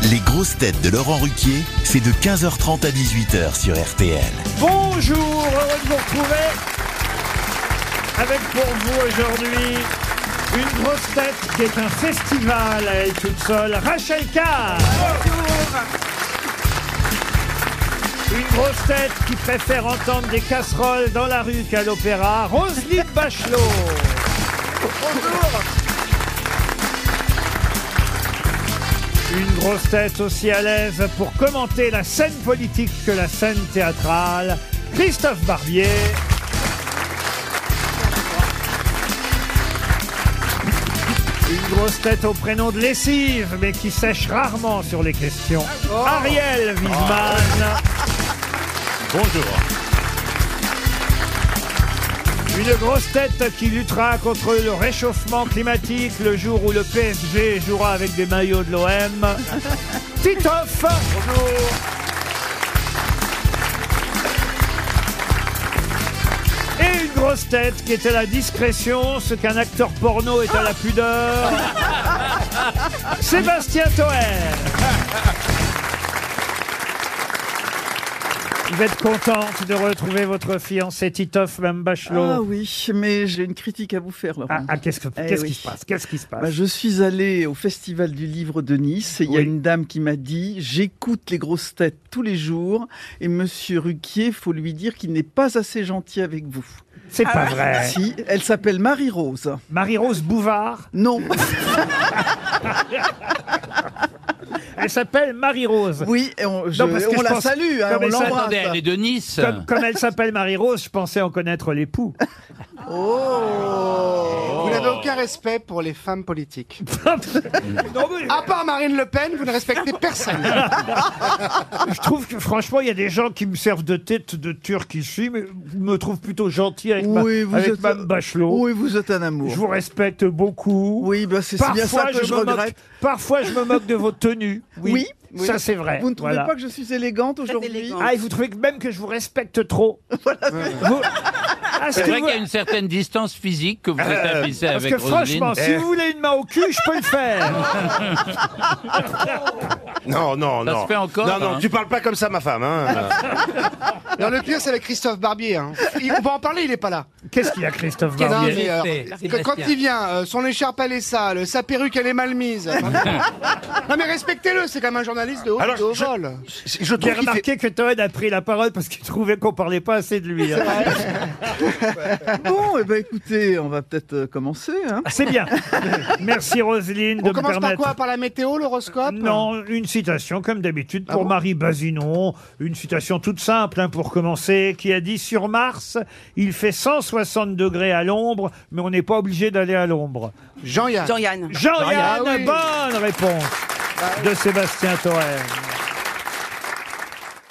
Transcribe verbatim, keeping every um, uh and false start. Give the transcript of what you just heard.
Les grosses têtes de Laurent Ruquier, c'est de quinze heures trente à dix-huit heures sur R T L. Bonjour, heureux de vous retrouver avec pour vous aujourd'hui une grosse tête qui est un festival à elle toute seule, Rachel Carr. Bonjour. Une grosse tête qui préfère entendre des casseroles dans la rue qu'à l'opéra, Roselyne Bachelot. Bonjour. Une grosse tête aussi à l'aise pour commenter la scène politique que la scène théâtrale, Christophe Barbier. Une grosse tête au prénom de lessive, mais qui sèche rarement sur les questions, Ariel Wiesmann. Bonjour. Une grosse tête qui luttera contre le réchauffement climatique le jour où le P S G jouera avec des maillots de l'O M. Titoff. Bonjour. Et une grosse tête qui est à la discrétion, ce qu'un acteur porno est à la pudeur. Sébastien Toer. Vous êtes contente de retrouver votre fiancé Titoff, Mme Bachelot? Ah oui, mais j'ai une critique à vous faire, Laurent. Ah, ah, qu'est-ce que, Eh qu'est-ce oui. qui se passe? Qu'est-ce qui se passe? Bah, je suis allée au Festival du Livre de Nice et il y a Oui. une dame qui m'a dit « J'écoute les grosses têtes tous les jours et Monsieur Ruquier, faut lui dire qu'il n'est pas assez gentil avec vous. » C'est pas vrai. Si, elle s'appelle Marie-Rose. Marie-Rose Bouvard. Non. Elle s'appelle Marie-Rose. Oui, et on, je- Non, parce que on je la pense- salue, hein, comme on elle s'appelle- l'embrasse. Attendez, elle est de Nice. Comme, comme elle s'appelle Marie-Rose, je pensais en connaître l'époux. Oh. Vous n'avez aucun respect pour les femmes politiques. Non, mais À part Marine Le Pen, vous ne respectez personne. je trouve que franchement, il y a des gens qui me servent de tête de turc ici, mais je me trouve plutôt gentil avec, ma, Oui, vous avec êtes- Mme Bachelot. Oui, vous êtes un amour. Je vous respecte beaucoup. Oui, bah, c'est c'est bien ça que je me regrette. moque, parfois, je me moque de vos tenues. Oui, Oui, oui. ça c'est vrai. Vous ne trouvez Voilà. pas que je suis élégante aujourd'hui? Ah, et vous trouvez que même que je vous respecte trop? Vous- Ah, ce C'est que vrai vous- qu'il y a une certaine distance physique que vous établissez Parce avec que Roselyne. franchement, si vous voulez une main au cul, je peux le faire. Non, non, Ça non. se fait encore, Non, non, hein. tu parles pas comme ça, ma femme. Hein. Non, le pire, c'est avec Christophe Barbier. Hein. Il- on va en parler, il est pas là. Qu'est-ce qu'il y a, Christophe Non, Barbier? mais, euh, que- quand il vient, euh, son écharpe elle est sale, sa perruque elle est mal mise. Non mais respectez-le, c'est quand même un journaliste de haut, Alors, de haut je- vol. Je J'ai trouve qu'il fait... remarqué que Toen a pris la parole parce qu'il trouvait qu'on parlait pas assez de lui. hein. Bon, eh ben écoutez, on va peut-être euh, commencer. Hein. C'est bien. Merci Roselyne de On me commence par permettre. quoi? Par la météo, l'horoscope? Non, une citation comme d'habitude pour Ah bon Marie Bazinon. Une citation toute simple hein, pour commencer, qui a dit sur Mars, il fait cent soixante degrés à l'ombre, mais on n'est pas obligé d'aller à l'ombre. Jean-Yann. Jean-Yann. Jean-Yann, Ah oui. bonne réponse de Sébastien Toer.